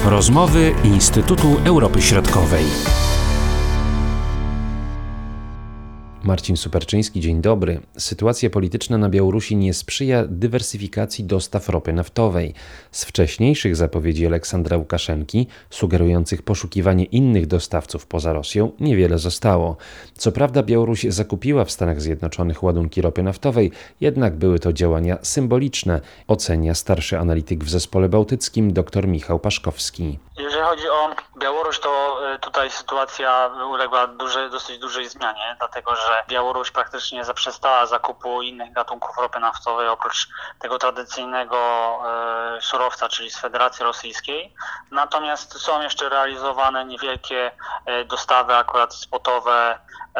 Rozmowy Instytutu Europy Środkowej. Marcin Superczyński, dzień dobry. Sytuacja polityczna na Białorusi nie sprzyja dywersyfikacji dostaw ropy naftowej. Z wcześniejszych zapowiedzi Aleksandra Łukaszenki, sugerujących poszukiwanie innych dostawców poza Rosją, niewiele zostało. Co prawda Białoruś zakupiła w Stanach Zjednoczonych ładunki ropy naftowej, jednak były to działania symboliczne, ocenia starszy analityk w Zespole Bałtyckim dr Michał Paszkowski. Jeżeli chodzi o Białoruś, to tutaj sytuacja uległa dosyć dużej zmianie, dlatego że Białoruś praktycznie zaprzestała zakupu innych gatunków ropy naftowej oprócz tego tradycyjnego surowca, czyli z Federacji Rosyjskiej. Natomiast są jeszcze realizowane niewielkie dostawy akurat spotowe,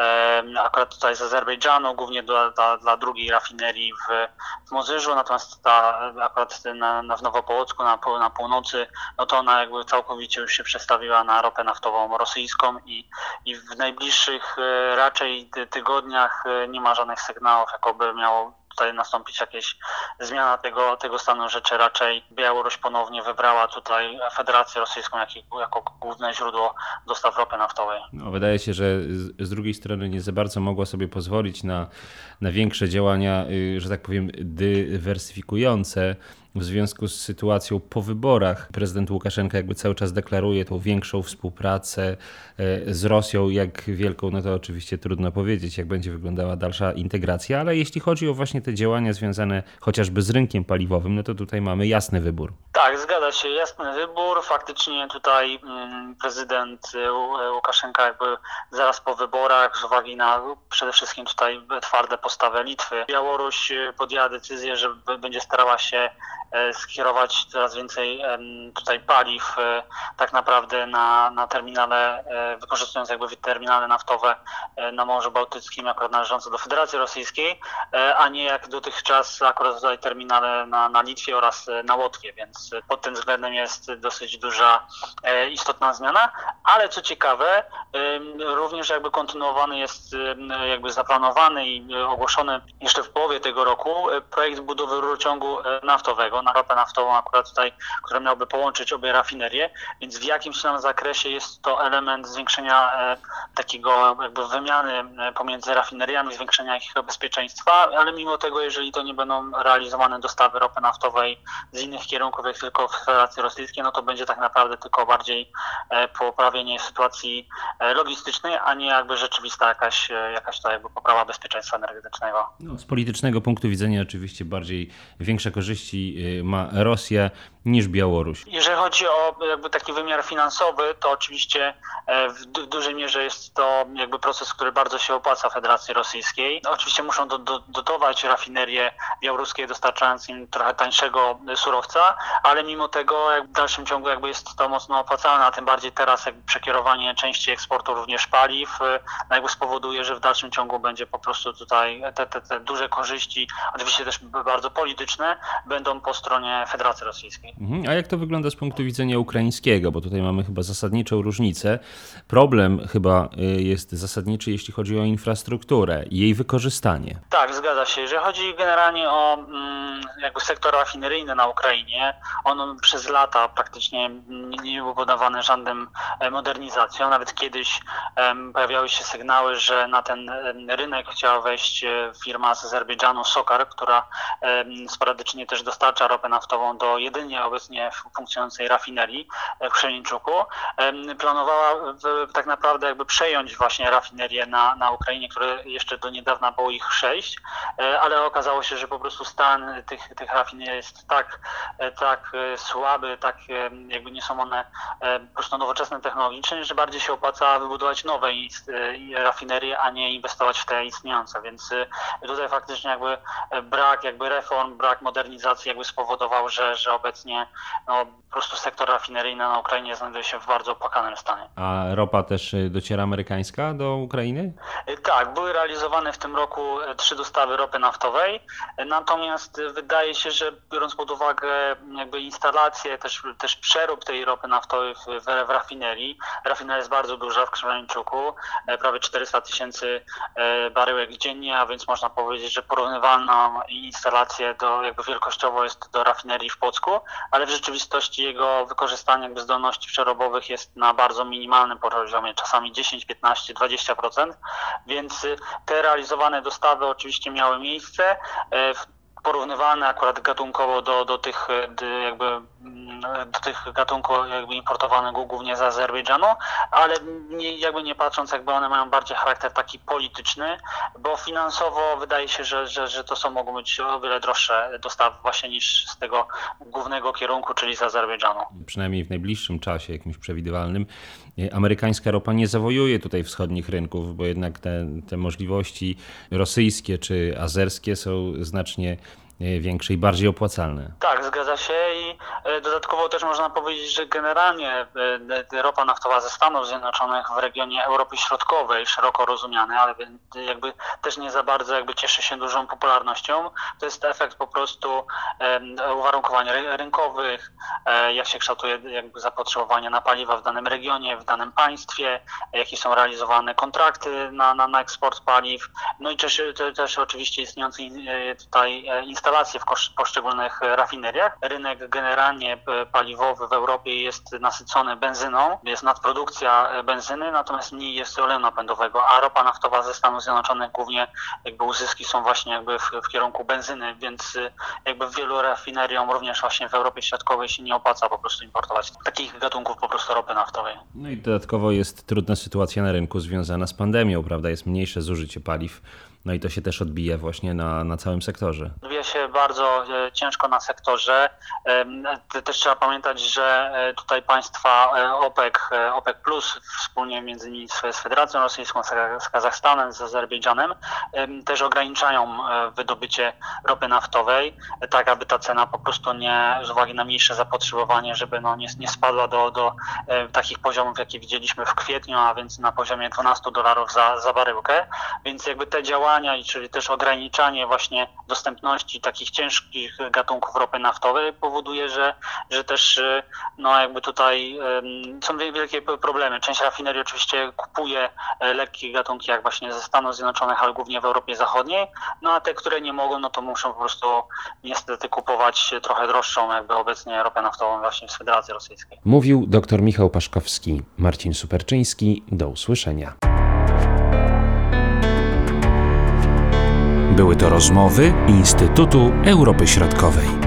akurat tutaj z Azerbejdżanu, głównie dla drugiej rafinerii w Mozyżu, natomiast akurat w Nowopołocku na północy, no to ona jakby całkowicie już się przestawiła na ropę naftową rosyjską i w najbliższych raczej tygodniach nie ma żadnych sygnałów, jakoby miało tutaj nastąpić jakaś zmiana tego stanu rzeczy. Raczej Białoruś ponownie wybrała tutaj Federację Rosyjską jako główne źródło dostaw ropy naftowej. No, wydaje się, że z drugiej strony nie za bardzo mogła sobie pozwolić na większe działania, że tak powiem, dywersyfikujące. W związku z sytuacją po wyborach prezydent Łukaszenka jakby cały czas deklaruje tą większą współpracę z Rosją. Jak wielką, no to oczywiście trudno powiedzieć, jak będzie wyglądała dalsza integracja, ale jeśli chodzi o właśnie te działania związane chociażby z rynkiem paliwowym, no to tutaj mamy jasny wybór. Tak, zgadza się, jasny wybór. Faktycznie tutaj prezydent Łukaszenka jakby zaraz po wyborach, z uwagi na przede wszystkim tutaj twarde postawy Litwy, Białoruś podjęła decyzję, że będzie starała się skierować coraz więcej tutaj paliw tak naprawdę na terminale, wykorzystując jakby terminale naftowe na Morzu Bałtyckim, akurat należące do Federacji Rosyjskiej, a nie jak dotychczas akurat tutaj terminale na Litwie oraz na Łotwie, więc pod tym względem jest dosyć duża, istotna zmiana, ale co ciekawe, również jakby kontynuowany jest, jakby zaplanowany i ogłoszony jeszcze w połowie tego roku projekt budowy rurociągu naftowego na ropę naftową akurat tutaj, który miałby połączyć obie rafinerie, więc w jakimś tam zakresie jest to element zwiększenia takiego jakby wymiany pomiędzy rafineriami, zwiększenia ich bezpieczeństwa, ale mimo tego, jeżeli to nie będą realizowane dostawy ropy naftowej z innych kierunków, jak tylko w Federacji Rosyjskiej, no to będzie tak naprawdę tylko bardziej poprawienie sytuacji logistycznej, a nie jakby rzeczywista jakaś to jakby poprawa bezpieczeństwa energetycznego. No, z politycznego punktu widzenia oczywiście bardziej większe korzyści ma Rosja niż Białoruś. Jeżeli chodzi o jakby taki wymiar finansowy, to oczywiście w dużej mierze jest to jakby proces, który bardzo się opłaca Federacji Rosyjskiej. Oczywiście muszą dotować rafinerie białoruskie, dostarczając im trochę tańszego surowca, ale mimo tego w dalszym ciągu jakby jest to mocno opłacalne, a tym bardziej teraz jakby przekierowanie części eksportu również paliw jakby spowoduje, że w dalszym ciągu będzie po prostu tutaj te duże korzyści, oczywiście też bardzo polityczne, będą po stronie Federacji Rosyjskiej. A jak to wygląda z punktu widzenia ukraińskiego? Bo tutaj mamy chyba zasadniczą różnicę. Problem chyba jest zasadniczy, jeśli chodzi o infrastrukturę i jej wykorzystanie. Tak, zgadza się. Jeżeli chodzi generalnie o jakby sektor rafineryjny na Ukrainie, on przez lata praktycznie nie był poddawany żadnym modernizacjom. Nawet kiedyś pojawiały się sygnały, że na ten rynek chciała wejść firma z Azerbejdżanu Sokar, która sporadycznie też dostarcza ropę naftową do jedynie obecnie funkcjonującej rafinerii w Krzemińczuku. Planowała tak naprawdę jakby przejąć właśnie rafinerię na Ukrainie, które jeszcze do niedawna było ich 6, ale okazało się, że po prostu stan tych rafinerii jest tak słaby, tak jakby nie są one po prostu nowoczesne technologicznie, że bardziej się opłaca wybudować nowe rafinerie, a nie inwestować w te istniejące, więc tutaj faktycznie jakby brak jakby reform, brak modernizacji jakby spowodował, że obecnie po prostu sektor rafineryjny na Ukrainie znajduje się w bardzo opłakanym stanie. A ropa też dociera amerykańska do Ukrainy? Tak, były realizowane w tym roku 3 dostawy ropy naftowej, natomiast wydaje się, że biorąc pod uwagę jakby instalację, też przerób tej ropy naftowej w rafinerii, rafineria jest bardzo duża w Krzemińczuku, prawie 400 000 baryłek dziennie, a więc można powiedzieć, że porównywalna ma instalację jakby wielkościowo jest do rafinerii w Płocku, ale w rzeczywistości jego wykorzystanie jakby zdolności przerobowych jest na bardzo minimalnym poziomie, czasami 10, 15, 20%, więc te realizowane dostawy oczywiście miały miejsce, porównywane akurat gatunkowo do tych gatunków jakby importowanych głównie z Azerbejdżanu, ale nie patrząc, jakby one mają bardziej charakter taki polityczny, bo finansowo wydaje się, że to mogą być o wiele droższe dostawy właśnie niż z tego głównego kierunku, czyli z Azerbejdżanu. Przynajmniej w najbliższym czasie, jakimś przewidywalnym, amerykańska ropa nie zawojuje tutaj wschodnich rynków, bo jednak te możliwości rosyjskie czy azerskie są znacznie większe i bardziej opłacalne. Tak, zgadza się i dodatkowo też można powiedzieć, że generalnie ropa naftowa ze Stanów Zjednoczonych w regionie Europy Środkowej, szeroko rozumiany, ale jakby też nie za bardzo jakby cieszy się dużą popularnością. To jest efekt po prostu uwarunkowań rynkowych, jak się kształtuje jakby zapotrzebowanie na paliwa w danym regionie, w danym państwie, jakie są realizowane kontrakty na eksport paliw, no i też oczywiście istniejące tutaj instalacje w poszczególnych rafineriach. Rynek generalnie paliwowy w Europie jest nasycony benzyną, jest nadprodukcja benzyny, natomiast mniej jest oleju napędowego, a ropa naftowa ze Stanów Zjednoczonych głównie jakby uzyski są właśnie jakby w kierunku benzyny, więc jakby wielu rafineriom również właśnie w Europie Środkowej się nie opłaca po prostu importować takich gatunków po prostu ropy naftowej. No i dodatkowo jest trudna sytuacja na rynku związana z pandemią, prawda? Jest mniejsze zużycie paliw. No i to się też odbija właśnie na całym sektorze. Odbija się bardzo ciężko na sektorze. Też trzeba pamiętać, że tutaj państwa OPEC Plus wspólnie między innymi z Federacją Rosyjską, z Kazachstanem, z Azerbejdżanem też ograniczają wydobycie ropy naftowej, tak aby ta cena po prostu z uwagi na mniejsze zapotrzebowanie, żeby nie spadła do takich poziomów, jakie widzieliśmy w kwietniu, a więc na poziomie $12 za baryłkę. Więc jakby te działania, czyli też ograniczanie właśnie dostępności takich ciężkich gatunków ropy naftowej powoduje, że też jakby tutaj są wielkie problemy. Część rafinerii oczywiście kupuje lekkie gatunki jak właśnie ze Stanów Zjednoczonych, ale głównie w Europie Zachodniej, no a te, które nie mogą, to muszą po prostu niestety kupować trochę droższą jakby obecnie ropę naftową właśnie z Federacji Rosyjskiej. Mówił dr Michał Paszkowski. Marcin Superczyński. Do usłyszenia. Były to rozmowy Instytutu Europy Środkowej.